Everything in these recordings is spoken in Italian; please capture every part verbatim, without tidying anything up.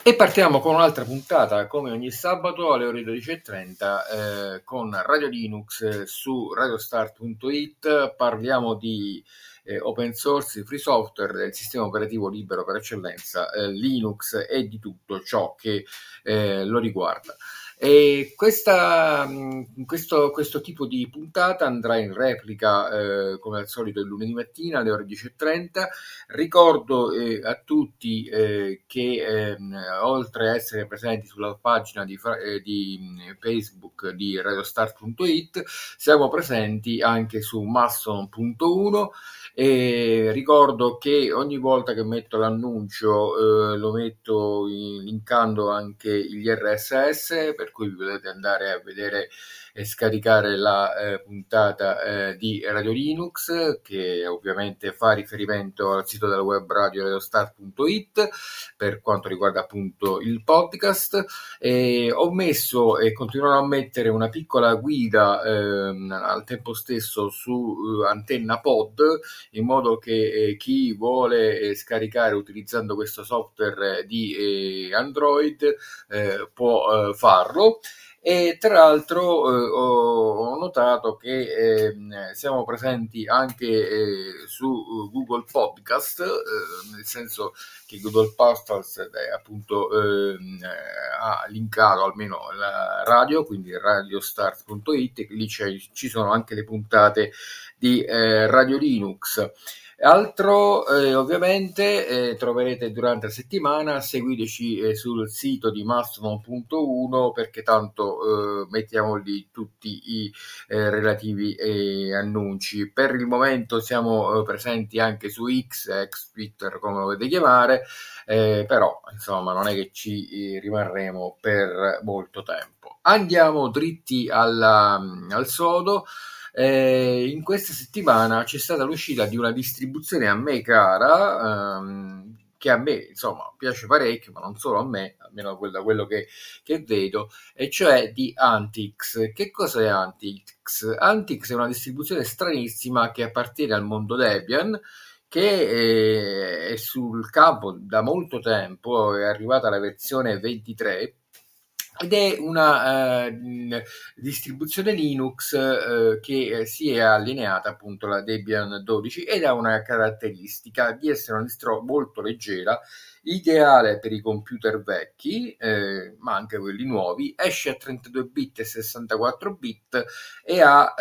E partiamo con un'altra puntata, come ogni sabato alle ore dodici e trenta, eh, con Radio Linux eh, su radiostart punto it. Parliamo di eh, open source, di free software, del sistema operativo libero per eccellenza, eh, Linux, e di tutto ciò che eh, lo riguarda. E questa, mh, questo, questo tipo di puntata andrà in replica eh, come al solito il lunedì mattina alle ore dieci e trenta. Ricordo eh, a tutti eh, che ehm, oltre a essere presenti sulla pagina di, fra- eh, di mh, Facebook di radiostart punto it, siamo presenti anche su mastodon punto uno. E ricordo che ogni volta che metto l'annuncio eh, lo metto in- linkando anche gli R S S, per cui vi potete andare a vedere e scaricare la eh, puntata eh, di Radio Linux, che ovviamente fa riferimento al sito della web radio radiostart punto it per quanto riguarda appunto il podcast. E ho messo e continuerò a mettere una piccola guida ehm, al tempo stesso su eh, Antenna Pod, in modo che eh, chi vuole eh, scaricare utilizzando questo software eh, di eh, Android eh, può eh, farlo. E tra l'altro eh, ho, ho notato che ehm, siamo presenti anche eh, su uh, Google Podcast, eh, nel senso che Google Podcast eh, appunto ehm, eh, ha linkato almeno la radio, quindi radiostart punto it, e lì c'è- ci sono anche le puntate di eh, Radio Linux. Altro eh, ovviamente eh, troverete durante la settimana. Seguiteci eh, sul sito di mastodon punto uno, perché tanto eh, mettiamo lì tutti i eh, relativi eh, annunci. Per il momento siamo eh, presenti anche su X, ex Twitter come lo volete chiamare, eh, però insomma non è che ci eh, rimarremo per molto tempo. Andiamo dritti alla, al sodo. Eh, in questa settimana c'è stata l'uscita di una distribuzione a me cara, ehm, che a me insomma piace parecchio, ma non solo a me, almeno da quello che, che vedo, e cioè di Antix. Che cosa è Antix? Antix è una distribuzione stranissima che appartiene al mondo Debian, che eh, è sul campo da molto tempo, è arrivata la versione ventitré, ed è una eh, mh, distribuzione Linux eh, che eh, si è allineata appunto alla Debian dodici, ed ha una caratteristica di essere una distro molto leggera, ideale per i computer vecchi, eh, ma anche quelli nuovi. Esce a trentadue bit e sessantaquattro bit, e ha,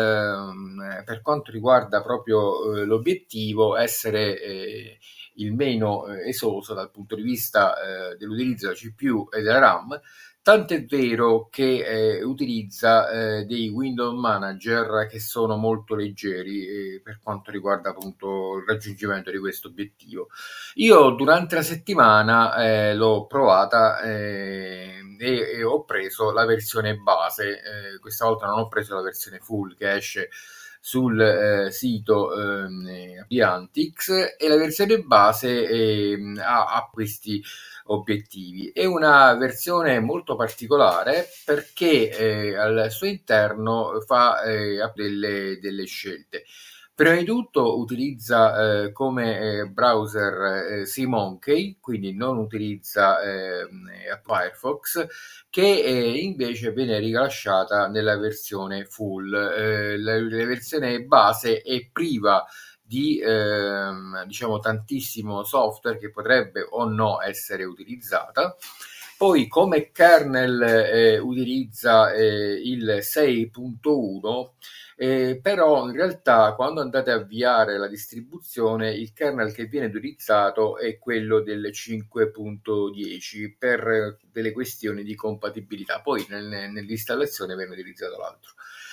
ehm, per quanto riguarda proprio eh, l'obiettivo, essere eh, il meno eh, esoso dal punto di vista eh, dell'utilizzo della C P U e della RAM. Tant'è vero che eh, utilizza eh, dei window manager che sono molto leggeri eh, per quanto riguarda appunto il raggiungimento di questo obiettivo. Io durante la settimana eh, l'ho provata eh, e, e ho preso la versione base. Eh, questa volta non ho preso la versione full che esce sul eh, sito ehm, di Antix, e la versione base ehm, ha, ha questi obiettivi. È una versione molto particolare perché eh, al suo interno fa eh, delle, delle scelte. Prima di tutto utilizza eh, come eh, browser eh, SeaMonkey, quindi non utilizza ehm, eh, Firefox, che eh, invece viene rilasciata nella versione full. Eh, la, la versione base è priva di ehm, diciamo tantissimo software che potrebbe o no essere utilizzata. Poi come kernel eh, utilizza eh, il sei punto uno, eh, però in realtà quando andate a avviare la distribuzione il kernel che viene utilizzato è quello del cinque punto dieci per delle questioni di compatibilità. Poi nel, nell'installazione viene utilizzato l'altro.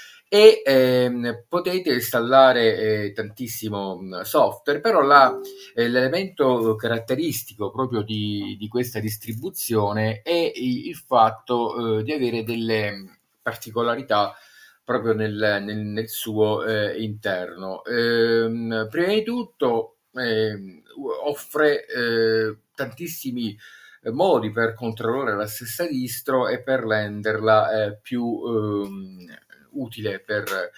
E ehm, potete installare eh, tantissimo mh, software, però la, eh, l'elemento caratteristico proprio di, di questa distribuzione è i- il fatto eh, di avere delle particolarità proprio nel, nel- nel suo eh, interno. Ehm, prima di tutto ehm, offre eh, tantissimi eh, modi per controllare la stessa distro e per renderla eh, più ehm, utile per,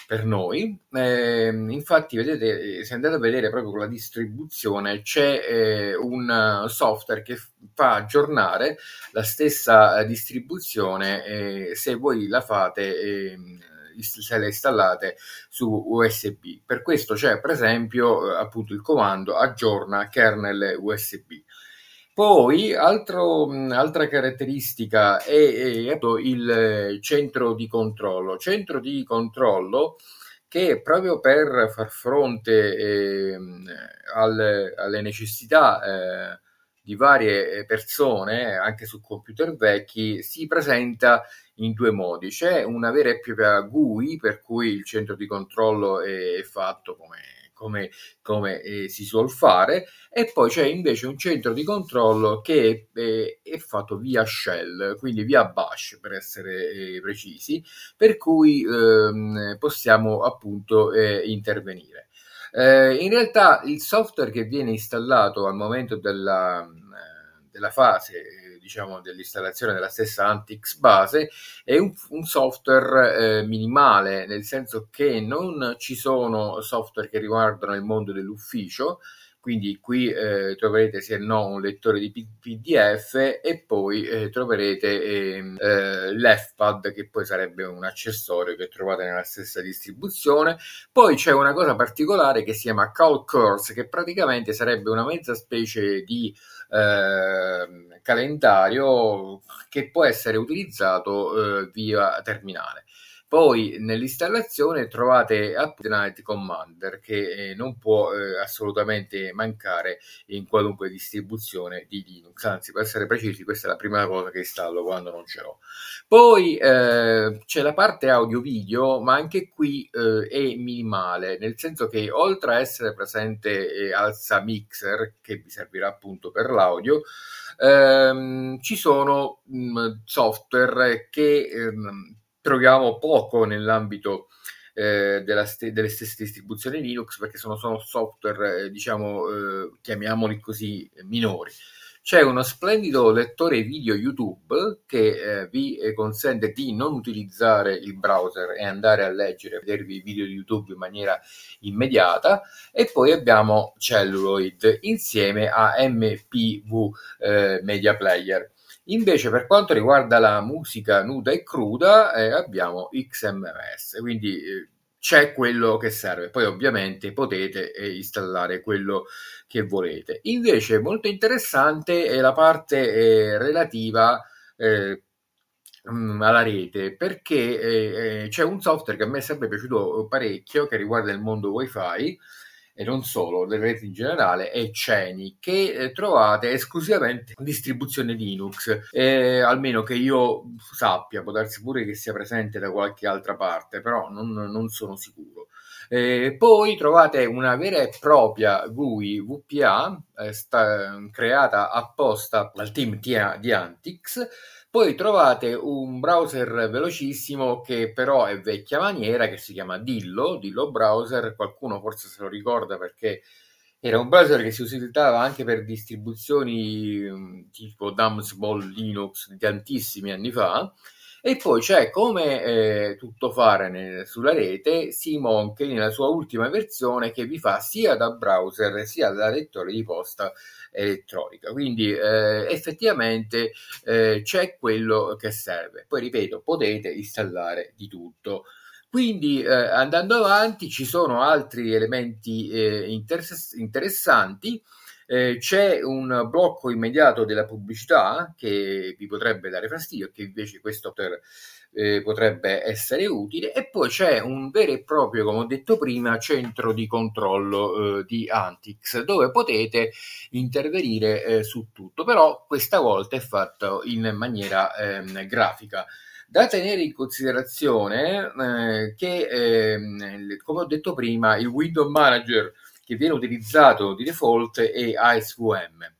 per noi. Eh, infatti, vedete, se andate a vedere proprio con la distribuzione, c'è eh, un software che fa aggiornare la stessa distribuzione eh, se voi la fate, eh, se la installate su U S B. Per questo c'è, per esempio, eh, appunto il comando aggiorna kernel U S B. Poi, altro, altra caratteristica è, è il centro di controllo. Centro di controllo che proprio per far fronte eh, alle, alle necessità eh, di varie persone, anche su computer vecchi, si presenta in due modi. C'è una vera e propria G U I, per cui il centro di controllo è fatto come, come, come eh, si suol fare, e poi c'è invece un centro di controllo che è, è fatto via shell, quindi via bash per essere eh, precisi, per cui ehm, possiamo appunto eh, intervenire. Eh, in realtà il software che viene installato al momento della, eh, della fase eh, diciamo dell'installazione della stessa Antix base è un, un software eh, minimale, nel senso che non ci sono software che riguardano il mondo dell'ufficio, quindi qui eh, troverete se no un lettore di P D F e poi eh, troverete eh, eh, l'F-Pad, che poi sarebbe un accessorio che trovate nella stessa distribuzione. Poi c'è una cosa particolare che si chiama Call Course, che praticamente sarebbe una mezza specie di eh, calendario che può essere utilizzato eh, via terminale. Poi nell'installazione trovate Night Commander, che eh, non può eh, assolutamente mancare in qualunque distribuzione di Linux, anzi, per essere precisi, questa è la prima cosa che installo quando non ce l'ho. Poi eh, c'è la parte audio-video, ma anche qui eh, è minimale, nel senso che oltre a essere presente eh, Alza Mixer, che vi servirà appunto per l'audio, ehm, ci sono mh, software che ehm, troviamo poco nell'ambito eh, della st- delle stesse distribuzioni Linux, perché sono, sono software, eh, diciamo, eh, chiamiamoli così, minori. C'è uno splendido lettore video YouTube che eh, vi consente di non utilizzare il browser e andare a leggere, a vedervi i video di YouTube in maniera immediata, e poi abbiamo Celluloid insieme a M P V eh, Media Player. Invece per quanto riguarda la musica nuda e cruda eh, abbiamo X M S, quindi eh, c'è quello che serve, poi ovviamente potete eh, installare quello che volete. Invece molto interessante è la parte eh, relativa eh, alla rete, perché eh, eh, c'è un software che a me è sempre piaciuto parecchio, che riguarda il mondo wifi e non solo, le reti in generale, è Ceni, che eh, trovate esclusivamente in distribuzione Linux, eh, almeno che io sappia, può darsi pure che sia presente da qualche altra parte, però non, non sono sicuro. Eh, poi trovate una vera e propria G U I V P A eh, sta, creata apposta dal team di Antix. Poi trovate un browser velocissimo che però è vecchia maniera, che si chiama Dillo, Dillo Browser. Qualcuno forse se lo ricorda perché era un browser che si utilizzava anche per distribuzioni tipo Dumpsball Linux di tantissimi anni fa. E poi c'è come eh, tutto fare nel, sulla rete Simonke nella sua ultima versione, che vi fa sia da browser sia da lettore di posta elettronica, quindi eh, effettivamente eh, c'è quello che serve. Poi ripeto, potete installare di tutto. Quindi eh, andando avanti ci sono altri elementi eh, interess- interessanti. Eh, c'è un blocco immediato della pubblicità che vi potrebbe dare fastidio, che invece questo per, eh, potrebbe essere utile, e poi c'è un vero e proprio, come ho detto prima, centro di controllo eh, di Antix, dove potete intervenire eh, su tutto, però questa volta è fatto in maniera eh, grafica. Da tenere in considerazione eh, che, eh, come ho detto prima, il Window Manager che viene utilizzato di default è A S V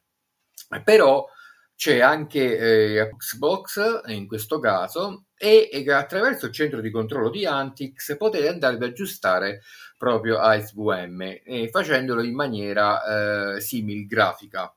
M, però c'è anche eh, Xbox in questo caso, e, e attraverso il centro di controllo di Antix potete andare ad aggiustare proprio A S V M eh, facendolo in maniera eh, simil grafica.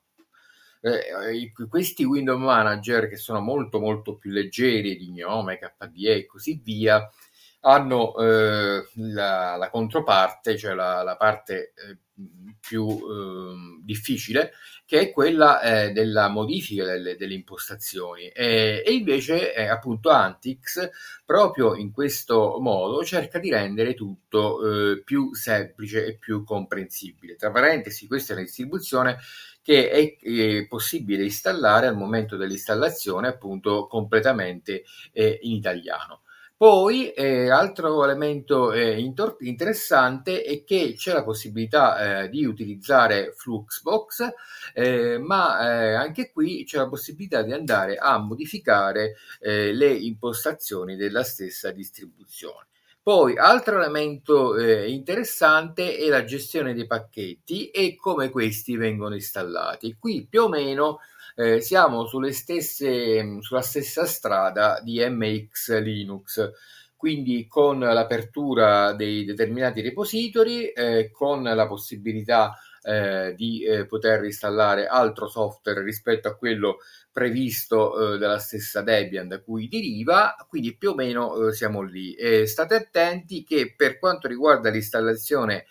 Eh, questi window manager, che sono molto molto più leggeri di Gnome, K D E e così via, hanno eh, la, la controparte, cioè la, la parte eh, più eh, difficile, che è quella eh, della modifica delle, delle impostazioni. E, e invece eh, appunto Antix proprio in questo modo cerca di rendere tutto eh, più semplice e più comprensibile. Tra parentesi, questa è una distribuzione che è, è possibile installare al momento dell'installazione appunto completamente eh, in italiano. Poi, eh, altro elemento eh, intor- interessante è che c'è la possibilità eh, di utilizzare Fluxbox, eh, ma eh, anche qui c'è la possibilità di andare a modificare eh, le impostazioni della stessa distribuzione. Poi, altro elemento eh, interessante è la gestione dei pacchetti e come questi vengono installati. Qui più o meno eh, siamo sulle stesse, sulla stessa strada di M X Linux, quindi con l'apertura dei determinati repository, eh, con la possibilità eh, di eh, poter installare altro software rispetto a quello previsto eh, dalla stessa Debian da cui deriva, quindi più o meno eh, siamo lì. E state attenti che per quanto riguarda l'installazione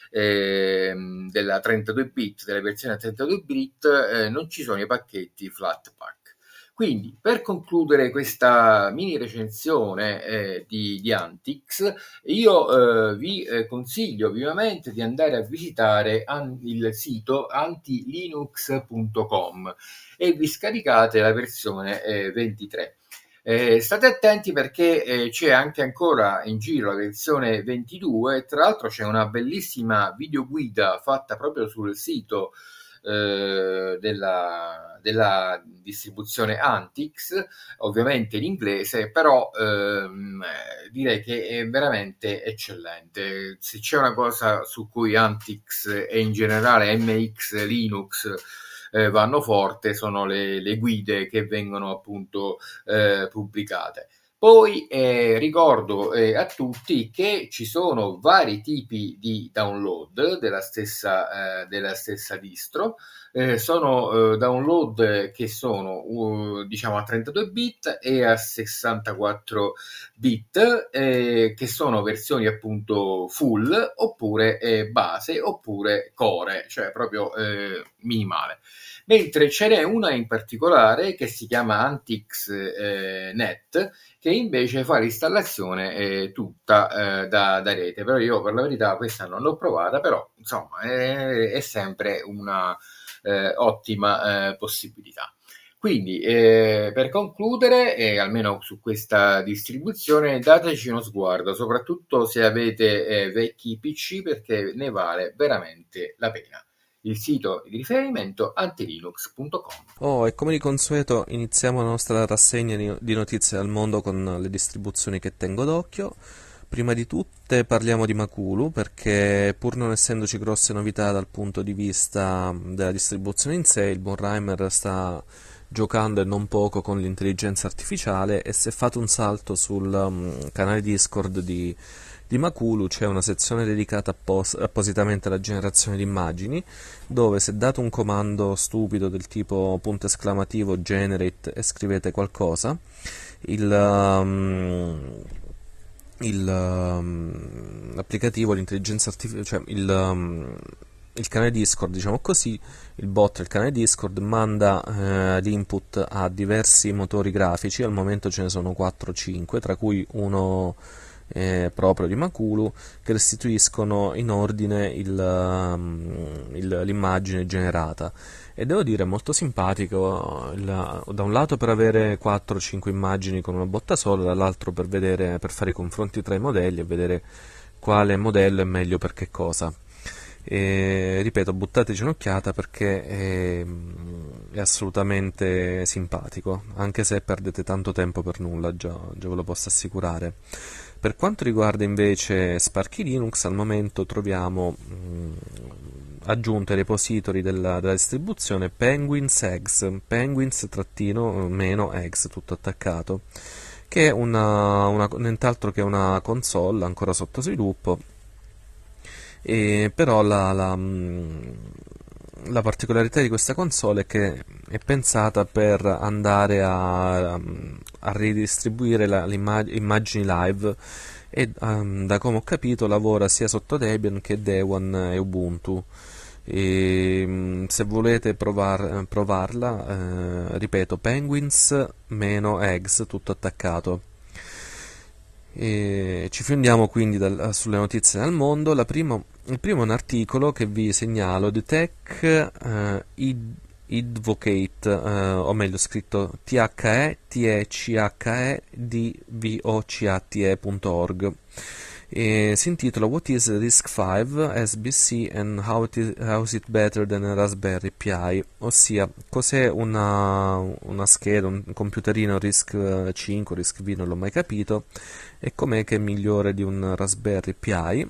eh, della trentadue bit, della versione trentadue bit, eh, non ci sono i pacchetti Flatpak. Quindi, per concludere questa mini recensione eh, di, di Antix, io eh, vi eh, consiglio vivamente di andare a visitare an- il sito antilinux punto com e vi scaricate la versione eh, ventitré. Eh, state attenti perché eh, c'è anche ancora in giro la versione ventidue, tra l'altro c'è una bellissima videoguida fatta proprio sul sito eh, della, della distribuzione Antix, ovviamente in inglese, però ehm, direi che è veramente eccellente. Se c'è una cosa su cui Antix e in generale M X Linux eh, vanno forte sono le, le guide che vengono appunto eh, pubblicate. Poi eh, ricordo eh, a tutti che ci sono vari tipi di download della stessa, eh, della stessa distro. Eh, sono eh, download che sono uh, diciamo a trentadue bit e a sessantaquattro bit, eh, che sono versioni appunto full oppure eh, base oppure core, cioè proprio eh, minimale. Mentre ce n'è una in particolare che si chiama Antix eh, Net, che invece fa l'installazione eh, tutta eh, da, da rete. Però io per la verità questa non l'ho provata, però insomma è, è sempre una eh, ottima eh, possibilità. Quindi eh, per concludere, eh, almeno su questa distribuzione, dateci uno sguardo, soprattutto se avete eh, vecchi P C, perché ne vale veramente la pena. Il sito di riferimento antilinux punto com. Oh, e come di consueto iniziamo la nostra rassegna di di notizie dal mondo con le distribuzioni che tengo d'occhio. Prima di tutte parliamo di Makulu perché pur non essendoci grosse novità dal punto di vista della distribuzione in sé, il buon Reimer sta giocando e non poco con l'intelligenza artificiale e si è fatto un salto sul um, canale Discord di, di Makulu. C'è una sezione dedicata appos- appositamente alla generazione di immagini, dove se date un comando stupido del tipo punto esclamativo generate e scrivete qualcosa, il, um, il, um, l'applicativo, l'intelligenza artificiale, cioè il, um, il canale Discord, diciamo così, il bot del canale Discord manda eh, l'input a diversi motori grafici. Al momento ce ne sono quattro o cinque, tra cui uno eh, proprio di Makulu, che restituiscono in ordine il, um, il, l'immagine generata. E devo dire molto simpatico, il, da un lato per avere quattro o cinque immagini con una botta sola, dall'altro per vedere, per fare i confronti tra i modelli e vedere quale modello è meglio per che cosa. E, ripeto, buttateci un'occhiata perché è, è assolutamente simpatico, anche se perdete tanto tempo per nulla, già, già ve lo posso assicurare. Per quanto riguarda invece Sparky Linux, al momento troviamo mh, aggiunto ai repository della, della distribuzione Penguins Eggs, Penguins trattino meno Eggs, tutto attaccato, che è una, una, nient'altro che una console ancora sotto sviluppo. E però la, la, la particolarità di questa console è che è pensata per andare a, a ridistribuire la, le immagini live e um, da come ho capito lavora sia sotto Debian che Debian e Ubuntu. E, um, se volete provar, provarla, eh, ripeto, penguins-eggs, tutto attaccato. E ci fondiamo quindi dal, sulle notizie nel mondo. La primo, il primo è un articolo che vi segnalo, The Tech eh, Advocate, eh, o meglio scritto T H E T E C H E D V O C A T E punto org. E si intitola What is RISC five S B C and how, it is, how is it better than a Raspberry Pi? Ossia, cos'è una, una scheda, un computerino RISC cinque, RISC V, non l'ho mai capito, e com'è che è migliore di un Raspberry Pi.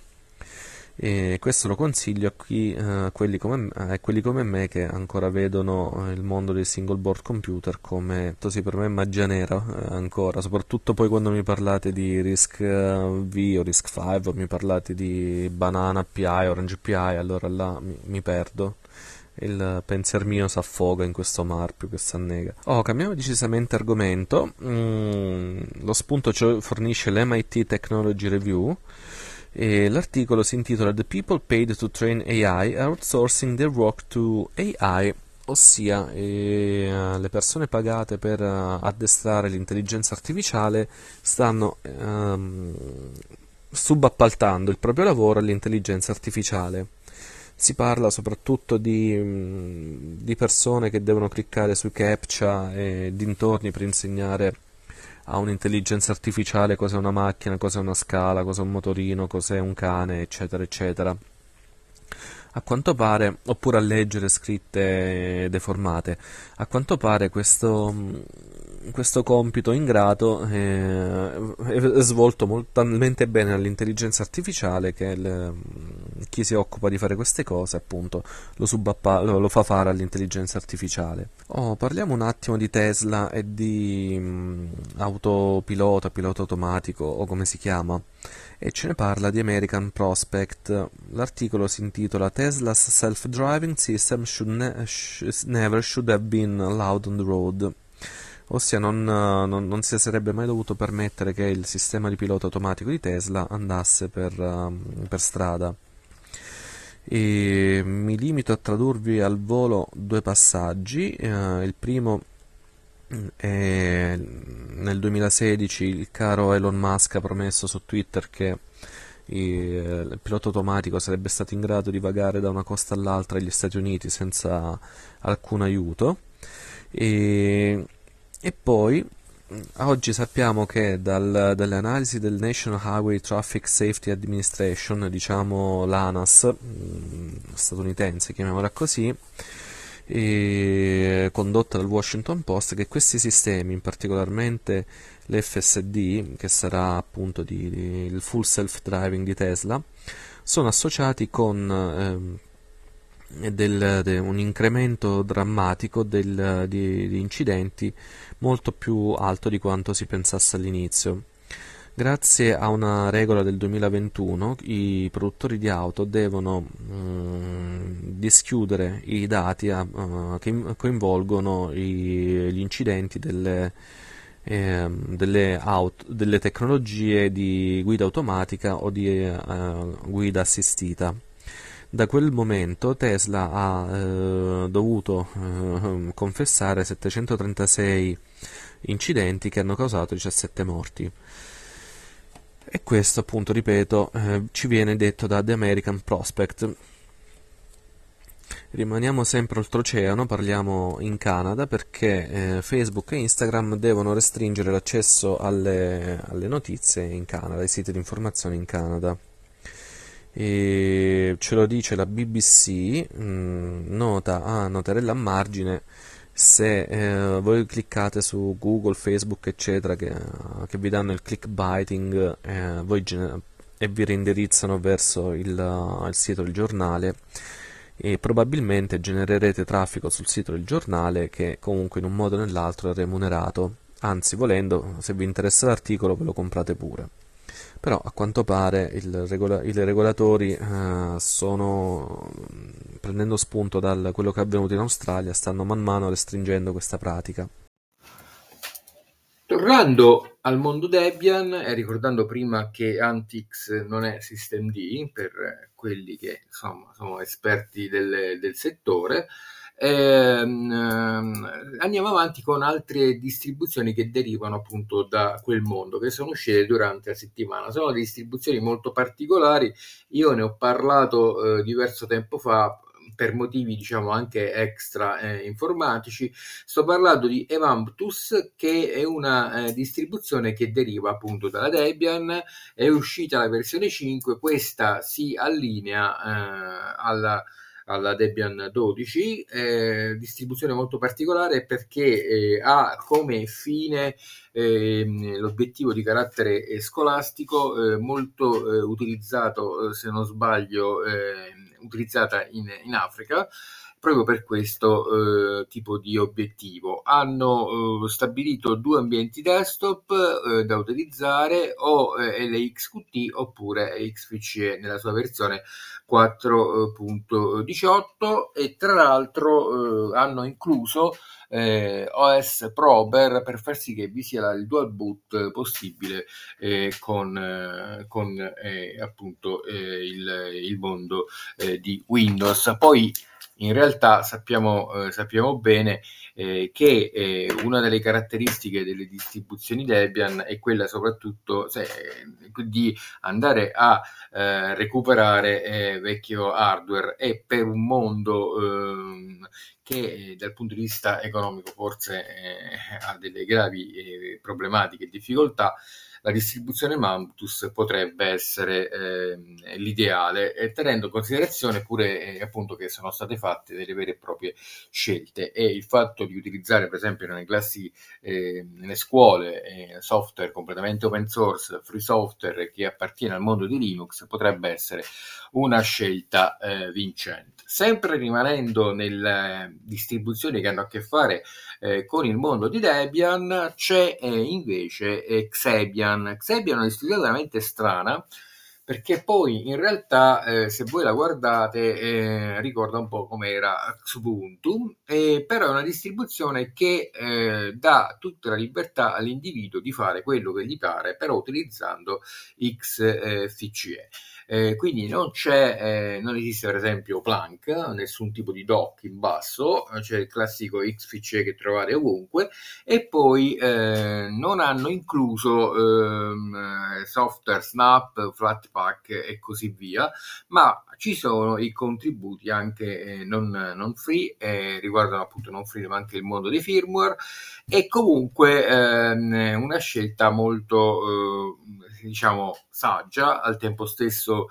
E questo lo consiglio a, chi, uh, quelli come, a quelli come me che ancora vedono il mondo dei single board computer come, così per me, magia nera uh, ancora, soprattutto poi quando mi parlate di RISC V o RISC cinque o mi parlate di Banana Pi, Orange Pi, allora là mi, mi perdo. Il pensier mio si affoga in questo marpio che si annega. Oh, cambiamo decisamente argomento. Mm, lo spunto ci fornisce l'M I T Technology Review. E l'articolo si intitola The People Paid to Train A I Outsourcing Their Work to A I, ossia eh, le persone pagate per uh, addestrare l'intelligenza artificiale stanno um, subappaltando il proprio lavoro all'intelligenza artificiale. Si parla soprattutto di, di persone che devono cliccare sui captcha e dintorni per insegnare a un'intelligenza artificiale cos'è una macchina, cos'è una scala, cos'è un motorino, cos'è un cane, eccetera, eccetera. A quanto pare, oppure a leggere scritte deformate, a quanto pare questo, questo compito ingrato eh, è svolto molto, talmente bene dall'intelligenza artificiale che il, chi si occupa di fare queste cose appunto lo, subappa, lo, lo fa fare all'intelligenza artificiale. Oh, parliamo un attimo di Tesla e di um, autopilota, pilota automatico o come si chiama, e ce ne parla di American Prospect. L'articolo si intitola Tesla's self-driving system should ne- sh- never should have been allowed on the road, ossia non, non, non si sarebbe mai dovuto permettere che il sistema di pilota automatico di Tesla andasse per, uh, per strada. E mi limito a tradurvi al volo due passaggi. Uh, il primo è nel duemilasedici il caro Elon Musk ha promesso su Twitter che il pilota automatico sarebbe stato in grado di vagare da una costa all'altra degli Stati Uniti senza alcun aiuto, e, e poi oggi sappiamo che dal, dalle analisi del National Highway Traffic Safety Administration, diciamo l'ANAS statunitense, chiamiamola così, e condotta dal Washington Post, che questi sistemi, in particolarmente l'F S D, che sarà appunto di, di, il full self-driving di Tesla, sono associati con eh, del, de, un incremento drammatico del, di, di incidenti molto più alto di quanto si pensasse all'inizio. Grazie a una regola del duemilaventuno, i produttori di auto devono mh, dischiudere i dati a, uh, che coinvolgono i, gli incidenti delle, eh, delle, auto, delle tecnologie di guida automatica o di uh, guida assistita. Da quel momento Tesla ha eh, dovuto eh, confessare settecentotrentasei incidenti che hanno causato diciassette morti. E questo, appunto, ripeto, eh, ci viene detto da The American Prospect. Rimaniamo sempre oltreoceano, parliamo in Canada, perché eh, Facebook e Instagram devono restringere l'accesso alle, alle notizie in Canada, ai siti di informazione in Canada. E ce lo dice la B B C, mh, nota a noterella a margine. Se eh, voi cliccate su Google, Facebook, eccetera, che, che vi danno il clickbaiting eh, voi gener- e vi reindirizzano verso il, il sito del giornale, e probabilmente genererete traffico sul sito del giornale che comunque in un modo o nell'altro è remunerato. Anzi, volendo, se vi interessa l'articolo ve lo comprate pure. Però a quanto pare il regola- i regolatori eh, sono, prendendo spunto da quello che è avvenuto in Australia, stanno man mano restringendo questa pratica. Tornando al mondo Debian e ricordando prima che Antix non è systemd, per quelli che insomma sono esperti del, del settore, ehm, ehm, andiamo avanti con altre distribuzioni che derivano appunto da quel mondo, che sono uscite durante la settimana. Sono distribuzioni molto particolari, io ne ho parlato eh, diverso tempo fa per motivi diciamo anche extra eh, informatici. Sto parlando di Evamptus, che è una eh, distribuzione che deriva appunto dalla Debian, è uscita la versione cinque, questa si allinea eh, alla alla Debian dodici, eh, distribuzione molto particolare perché eh, ha come fine eh, l'obiettivo di carattere eh, scolastico, eh, molto eh, utilizzato, eh, se non sbaglio, eh, utilizzata in, in Africa, proprio per questo eh, tipo di obiettivo. Hanno eh, stabilito due ambienti desktop eh, da utilizzare, o eh, L X Q T oppure X F C E nella sua versione quattro punto diciotto, e tra l'altro eh, hanno incluso eh, O S Prober per far sì che vi sia il dual boot possibile eh, con, eh, con eh, appunto eh, il, il mondo eh, di Windows. Poi in realtà sappiamo, eh, sappiamo bene eh, che eh, una delle caratteristiche delle distribuzioni Debian è quella soprattutto se, di andare a eh, recuperare eh, vecchio hardware, e per un mondo eh, che eh, dal punto di vista economico forse eh, ha delle gravi eh, problematiche e difficoltà, la distribuzione Mantus potrebbe essere eh, l'ideale, e tenendo in considerazione pure eh, appunto che sono state fatte delle vere e proprie scelte, e il fatto di utilizzare per esempio nelle classi, eh, nelle scuole, eh, software completamente open source, free software che appartiene al mondo di Linux, potrebbe essere una scelta eh, vincente. Sempre rimanendo nelle distribuzioni che hanno a che fare eh, con il mondo di Debian, c'è eh, invece eh, Xebian. Xebian è una distribuzione veramente strana, perché poi in realtà eh, se voi la guardate eh, ricorda un po' come era Xubuntu, eh, però è una distribuzione che eh, dà tutta la libertà all'individuo di fare quello che gli pare, però utilizzando X F C E. Eh, quindi non c'è, eh, non esiste per esempio Planck, nessun tipo di dock in basso, c'è il classico X F C E che trovate ovunque, e poi eh, non hanno incluso ehm, software Snap, Flatpak e così via, ma ci sono i contributi anche eh, non, non free, eh, riguardano appunto non free ma anche il mondo dei firmware, e comunque ehm, una scelta molto eh, diciamo saggia, al tempo stesso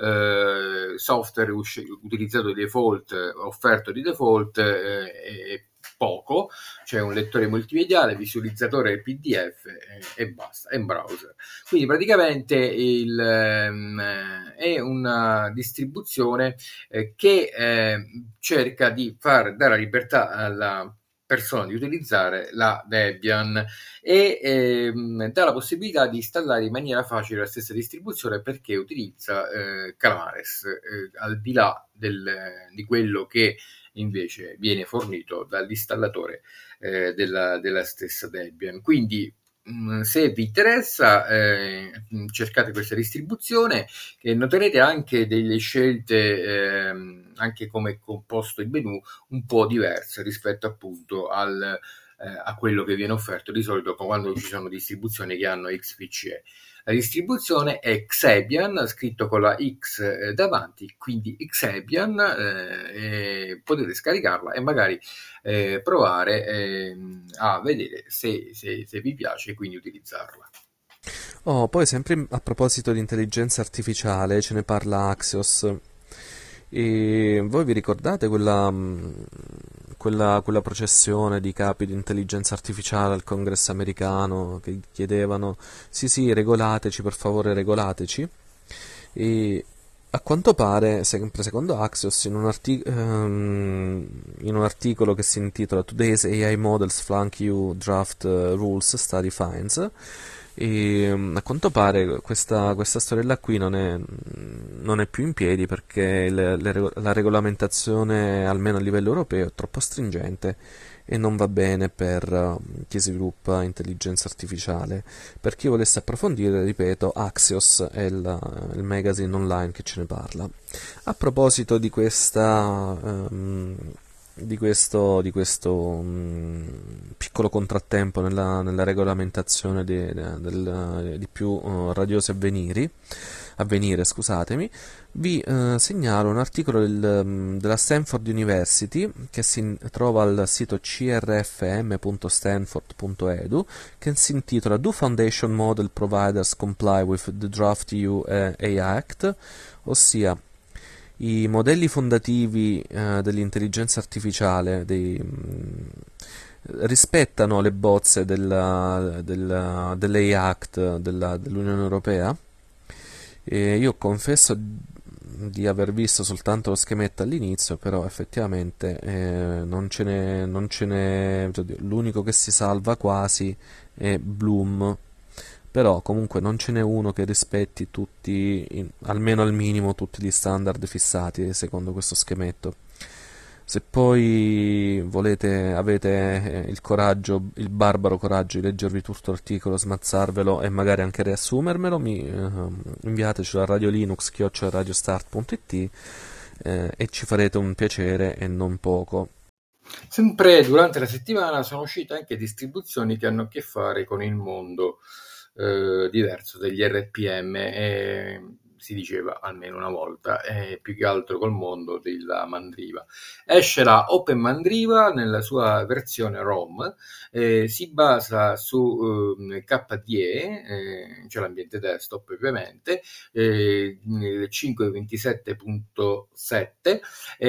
eh, software usci- utilizzato di default, offerto di default eh, e poco, c'è un lettore multimediale, visualizzatore P D F eh, e basta, è un browser. Quindi praticamente il, ehm, è una distribuzione eh, che eh, cerca di far dare la libertà alla persona di utilizzare la Debian, e ehm, dà la possibilità di installare in maniera facile la stessa distribuzione, perché utilizza eh, Calamares, eh, al di là del, di quello che invece viene fornito dall'installatore eh, della, della stessa Debian. Quindi mh, se vi interessa eh, cercate questa distribuzione, che noterete anche delle scelte eh, anche come composto il menu un po' diverse rispetto appunto al eh, a quello che viene offerto di solito quando ci sono distribuzioni che hanno X F C E. La distribuzione è Xebian, scritto con la X eh, davanti, quindi Xebian, eh, e potete scaricarla e magari eh, provare eh, a vedere se, se, se vi piace, e quindi utilizzarla. Oh, poi sempre a proposito di intelligenza artificiale, ce ne parla Axios. E voi vi ricordate quella, mh, quella, quella processione di capi di intelligenza artificiale al congresso americano che chiedevano: sì, sì, regolateci, per favore, regolateci? E a quanto pare, sempre secondo Axios, in un, artic- ehm, in un articolo che si intitola Today's A I Models Flunk You Draft eh, Rules Study Finds, e mm, a quanto pare questa, questa storiella qui non è, non è più in piedi, perché le- le rego- la regolamentazione, almeno a livello europeo, è troppo stringente, e non va bene per uh, chi sviluppa intelligenza artificiale. Per chi volesse approfondire, ripeto, Axios è il, il magazine online che ce ne parla. A proposito di questa um, di questo, di questo um, piccolo contrattempo nella, nella regolamentazione di, del, di più uh, radiosi avveniri, avvenire, scusatemi, vi uh, segnalo un articolo del, um, della Stanford University che si trova al sito c r f m punto stanford punto e d u, che si intitola Do Foundation Model Providers Comply with the Draft E U A I Act, ossia i modelli fondativi eh, dell'intelligenza artificiale dei, mh, rispettano le bozze della, della, dell'A I Act della, dell'Unione Europea. E io confesso di aver visto soltanto lo schemetto all'inizio, però effettivamente eh, non ce n'è, non ce n'è, l'unico che si salva quasi è Bloom. Però comunque non ce n'è uno che rispetti tutti, in, almeno al minimo, tutti gli standard fissati secondo questo schemetto. Se poi volete, avete il coraggio, il barbaro coraggio di leggervi tutto l'articolo, smazzarvelo e magari anche riassumermelo, mi eh, inviatecelo a radiolinux chiocciola radiostart punto it eh, e ci farete un piacere e non poco. Sempre durante la settimana sono uscite anche distribuzioni che hanno a che fare con il mondo Eh, diverso degli R P M, e si diceva almeno una volta, e più che altro col mondo della Mandriva. Esce la Open Mandriva nella sua versione ROM, eh, si basa su eh, K D E, eh, cioè l'ambiente desktop ovviamente, eh, cinque punto ventisette punto sette,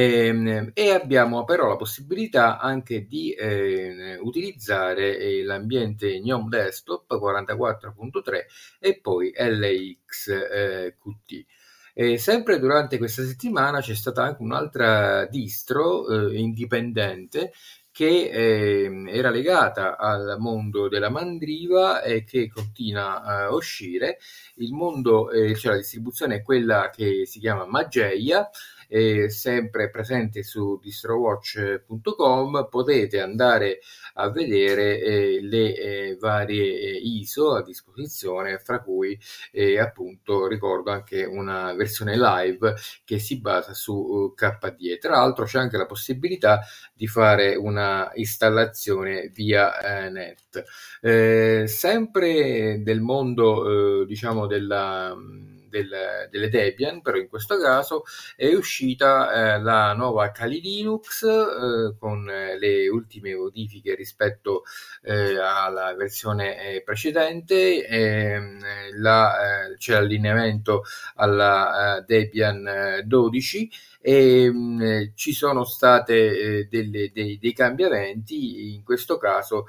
eh, e abbiamo però la possibilità anche di eh, utilizzare eh, l'ambiente GNOME Desktop quarantaquattro punto tre e poi L X eh, Q T. E sempre durante questa settimana c'è stata anche un'altra distro eh, indipendente che eh, era legata al mondo della Mandriva e che continua a uscire. Il mondo, eh, cioè la distribuzione è quella che si chiama Mageia, eh, sempre presente su distrowatch punto com. Potete andare a vedere eh, le eh, varie eh, I S O a disposizione, fra cui eh, appunto ricordo anche una versione live che si basa su uh, K D E. Tra l'altro c'è anche la possibilità di fare una installazione via eh, net. Eh, sempre del mondo eh, diciamo della Del, delle Debian, però in questo caso è uscita eh, la nuova Kali Linux eh, con eh, le ultime modifiche rispetto eh, alla versione eh, precedente. Eh, la, eh, c'è l'allineamento alla eh, Debian dodici e mh, ci sono state eh, delle, dei, dei cambiamenti in questo caso,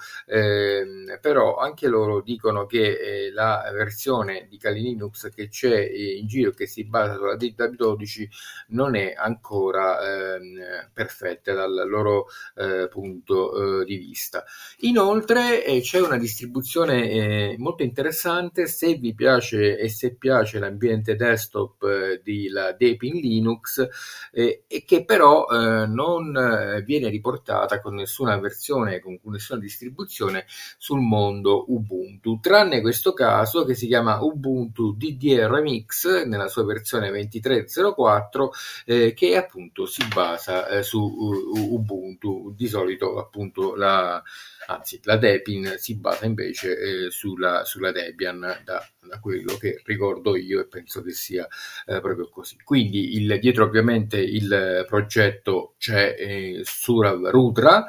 eh, però anche loro dicono che eh, la versione di Kali Linux che c'è eh, in giro, che si basa sulla D dodici, non è ancora eh, perfetta dal loro eh, punto eh, di vista. Inoltre eh, c'è una distribuzione eh, molto interessante se vi piace e se piace l'ambiente desktop eh, di la Deepin Linux, eh, e che però eh, non eh, viene riportata con nessuna versione, con nessuna distribuzione sul mondo Ubuntu, tranne questo caso che si chiama Ubuntu D D R Mix nella sua versione ventitré zero quattro, eh, che appunto si basa eh, su uh, Ubuntu. Di solito appunto la anzi la Deepin si basa invece eh, sulla, sulla Debian, da, da quello che ricordo io, e penso che sia eh, proprio così. Quindi il, dietro ovviamente il progetto c'è eh, Surav Rudra,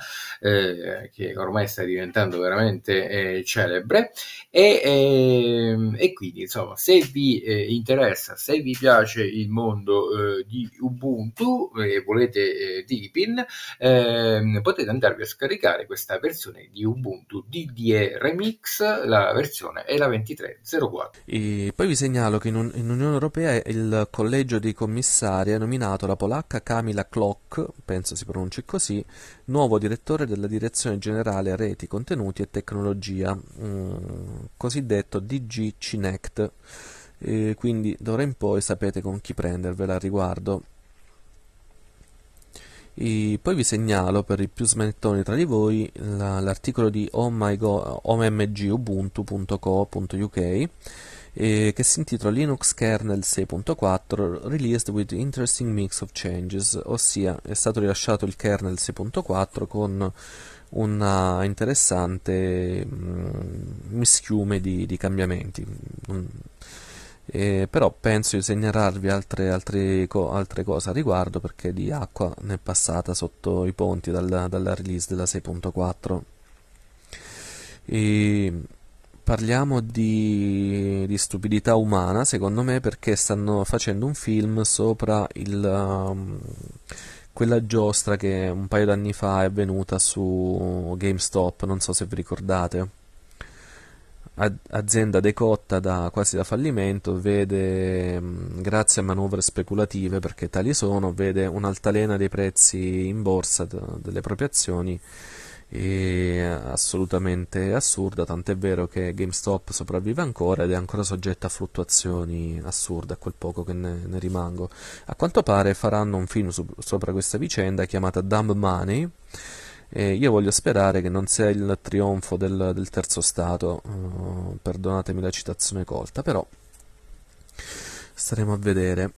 eh, che ormai sta diventando veramente eh, celebre, e, eh, e quindi insomma se vi eh, interessa, se vi piace il mondo eh, di Ubuntu e eh, volete eh, Deepin, eh, potete andarvi a scaricare questa versione di Ubuntu D D R Mix. La versione è la ventitré zero quattro. E poi vi segnalo che in, un, in Unione Europea il collegio dei commissari ha nominato la polacca Kamila Klock, penso si pronunci così, nuovo direttore della Direzione Generale Reti, Contenuti e Tecnologia, mm, cosiddetto D G Cinect. E quindi d'ora in poi sapete con chi prendervela al riguardo. E poi vi segnalo per i più smanettoni tra di voi la- l'articolo di oh my go- omg ubuntu punto co punto uk, eh, che si intitola Linux Kernel sei punto quattro Released with Interesting Mix of Changes, ossia è stato rilasciato il kernel sei punto quattro con una interessante mm, mischiume di, di cambiamenti. Mm. Eh, però penso di segnalarvi altre, altre, co- altre cose a riguardo, perché di acqua ne è passata sotto i ponti dalla, dalla release della sei punto quattro. E parliamo di, di stupidità umana, secondo me, perché stanno facendo un film sopra il, um, quella giostra che un paio d'anni fa è avvenuta su GameStop, non so se vi ricordate. A- azienda decotta da, quasi da fallimento, vede, mh, grazie a manovre speculative, perché tali sono, vede un'altalena dei prezzi in borsa d- delle proprie azioni, e assolutamente assurda, tant'è vero che GameStop sopravvive ancora ed è ancora soggetta a fluttuazioni assurde, a quel poco che ne, ne rimango. A quanto pare faranno un film su- sopra questa vicenda chiamata Dumb Money, e io voglio sperare che non sia il trionfo del, del terzo stato, uh, perdonatemi la citazione colta, però staremo a vedere.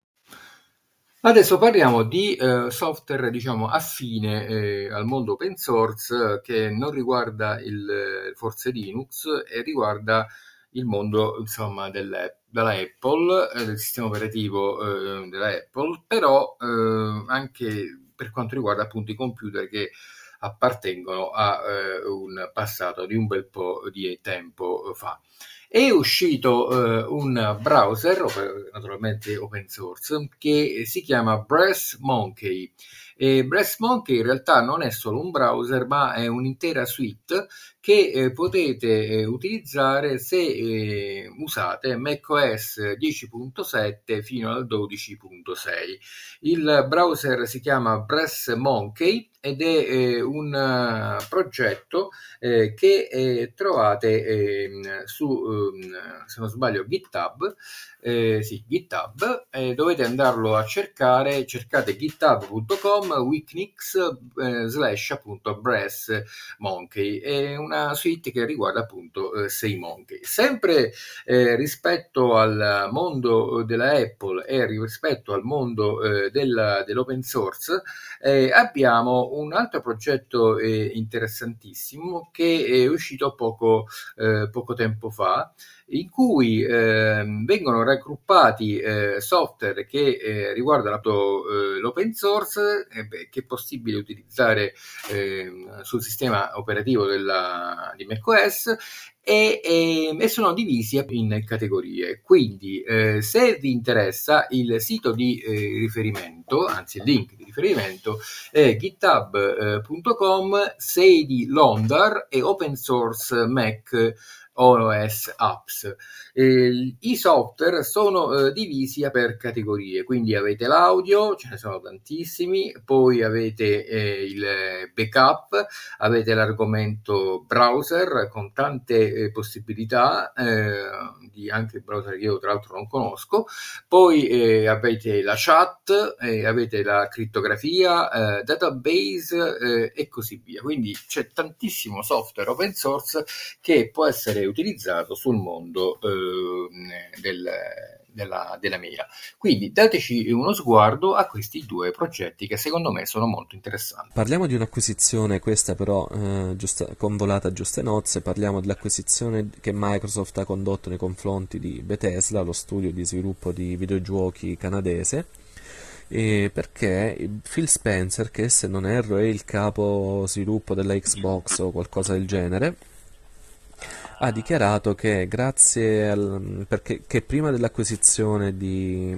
Adesso parliamo di eh, software, diciamo, affine eh, al mondo open source, eh, che non riguarda il, eh, forse Linux, e riguarda il mondo, insomma, delle- della Apple, eh, del sistema operativo eh, della Apple, però eh, anche per quanto riguarda appunto i computer che appartengono a eh, un passato di un bel po' di tempo fa. È uscito eh, un browser, op- naturalmente open source, che si chiama Breath Monkey. E Breath Monkey in realtà non è solo un browser, ma è un'intera suite che eh, potete eh, utilizzare se eh, usate macOS dieci punto sette fino al dodici punto sei. Il browser si chiama Breath Monkey ed è eh, un eh, progetto eh, che eh, trovate ehm, su, ehm, se non sbaglio, GitHub. Eh, sì, GitHub, eh, dovete andarlo a cercare, cercate github punto com wiknix eh, slash appunto Breath Monkey, è una suite che riguarda appunto eh, sei monkey. Sempre eh, rispetto al mondo della Apple e rispetto al mondo eh, della, dell'open source, eh, abbiamo un altro progetto eh, interessantissimo che è uscito poco, eh, poco tempo fa, in cui eh, vengono raggruppati eh, software che eh, riguardano eh, l'open source, eh, beh, che è possibile utilizzare eh, sul sistema operativo della, di macOS, e, e, e sono divisi in categorie. Quindi eh, se vi interessa, il sito di eh, riferimento, anzi il link di riferimento, è github punto com sedi Londar e open source Mac O S Apps. Eh, I software sono eh, divisi per categorie, quindi avete l'audio, ce ne sono tantissimi, poi avete eh, il backup, avete l'argomento browser con tante eh, possibilità, eh, di anche browser che io tra l'altro non conosco, poi eh, avete la chat, eh, avete la crittografia, eh, database eh, e così via. Quindi c'è tantissimo software open source che può essere utilizzato sul mondo eh, del, della, della mela. Quindi dateci uno sguardo a questi due progetti che secondo me sono molto interessanti. Parliamo di un'acquisizione, questa però eh, giusta, convolata a giuste nozze. Parliamo dell'acquisizione che Microsoft ha condotto nei confronti di Bethesda, lo studio di sviluppo di videogiochi canadese, e perché Phil Spencer, che se non erro è il capo sviluppo della Xbox o qualcosa del genere, ha dichiarato che grazie al, perché che prima dell'acquisizione di,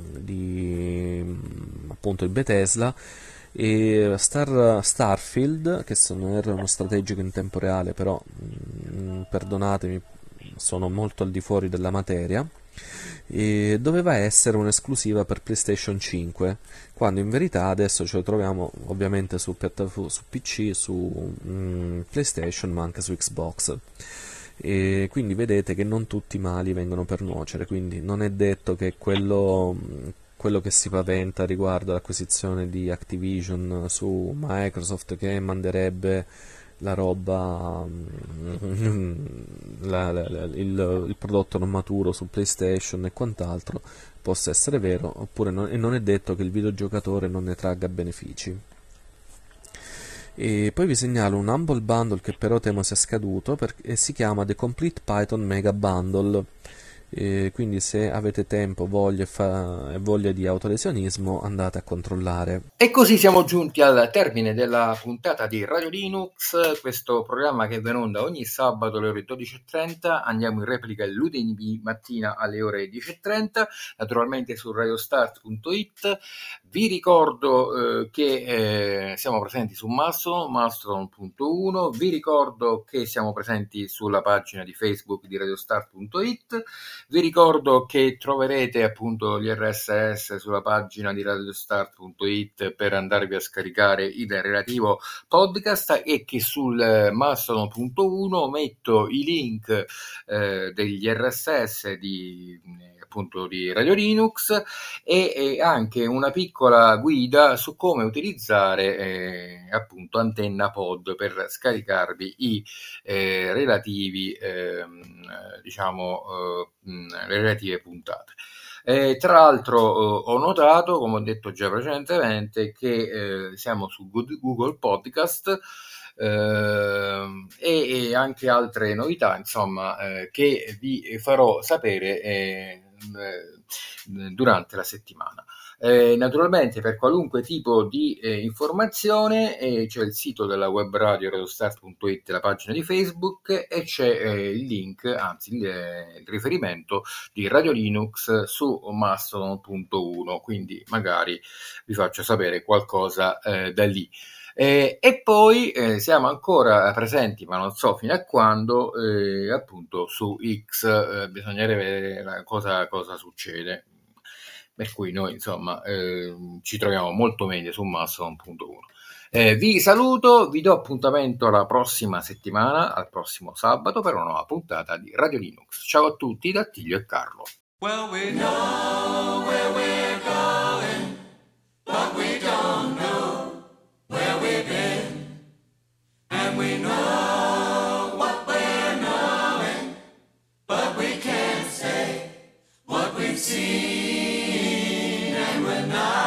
di appunto il Bethesda, e Star, Starfield, che se non erro è uno strategico in tempo reale, però mh, perdonatemi, sono molto al di fuori della materia, e doveva essere un'esclusiva per PlayStation cinque, quando in verità adesso ce lo troviamo ovviamente su, piattafo- su P C, su mm, PlayStation, ma anche su Xbox. E quindi vedete che non tutti i mali vengono per nuocere, quindi non è detto che quello, quello che si paventa riguardo all'acquisizione di Activision su Microsoft, che manderebbe la roba, mm, la- la- la- il, il prodotto non maturo su PlayStation e quant'altro, possa essere vero, oppure non, e non è detto che il videogiocatore non ne tragga benefici. E poi vi segnalo un Humble Bundle che però temo sia scaduto perché e si chiama The Complete Python Mega Bundle. E quindi se avete tempo, voglia e, fa- e voglia di autolesionismo, andate a controllare. E così siamo giunti al termine della puntata di Radio Linux, questo programma che va in onda ogni sabato alle ore dodici e trenta, andiamo in replica il lunedì mattina alle ore dieci e trenta, naturalmente su radiostart punto it. Vi ricordo eh, che eh, siamo presenti su Mastodon, mastodon punto uno, vi ricordo che siamo presenti sulla pagina di Facebook di radiostart punto it, vi ricordo che troverete appunto gli R S S sulla pagina di radiostart punto it per andarvi a scaricare il relativo podcast e che sul mastodon punto uno metto i link eh, degli R S S di appunto di Radio Linux e, e anche una piccola guida su come utilizzare eh, appunto Antenna Pod per scaricarvi i eh, relativi ehm, diciamo eh, mh, le relative puntate. Eh, tra l'altro eh, ho notato, come ho detto già precedentemente, che eh, siamo su Google Podcast eh, e, e anche altre novità, insomma, eh, che vi farò sapere eh, eh, durante la settimana. Eh, naturalmente per qualunque tipo di eh, informazione eh, c'è il sito della web radio radiostart punto it, la pagina di Facebook e c'è eh, il link, anzi il, eh, il riferimento di Radio Linux su mastodon punto uno, quindi magari vi faccio sapere qualcosa eh, da lì. Eh, e poi eh, siamo ancora presenti, ma non so fino a quando, eh, appunto su X, eh, bisognerebbe vedere la cosa, cosa succede. Per cui noi insomma eh, ci troviamo molto meglio su mastodon punto uno. Eh, vi saluto, vi do appuntamento la prossima settimana, al prossimo sabato, per una nuova puntata di Radio Linux. Ciao a tutti da Attilio e Carlo. Well, we know where we're going, but we don't know where we've been. And we know what we're knowing, but we can't say what we've seen, and we're not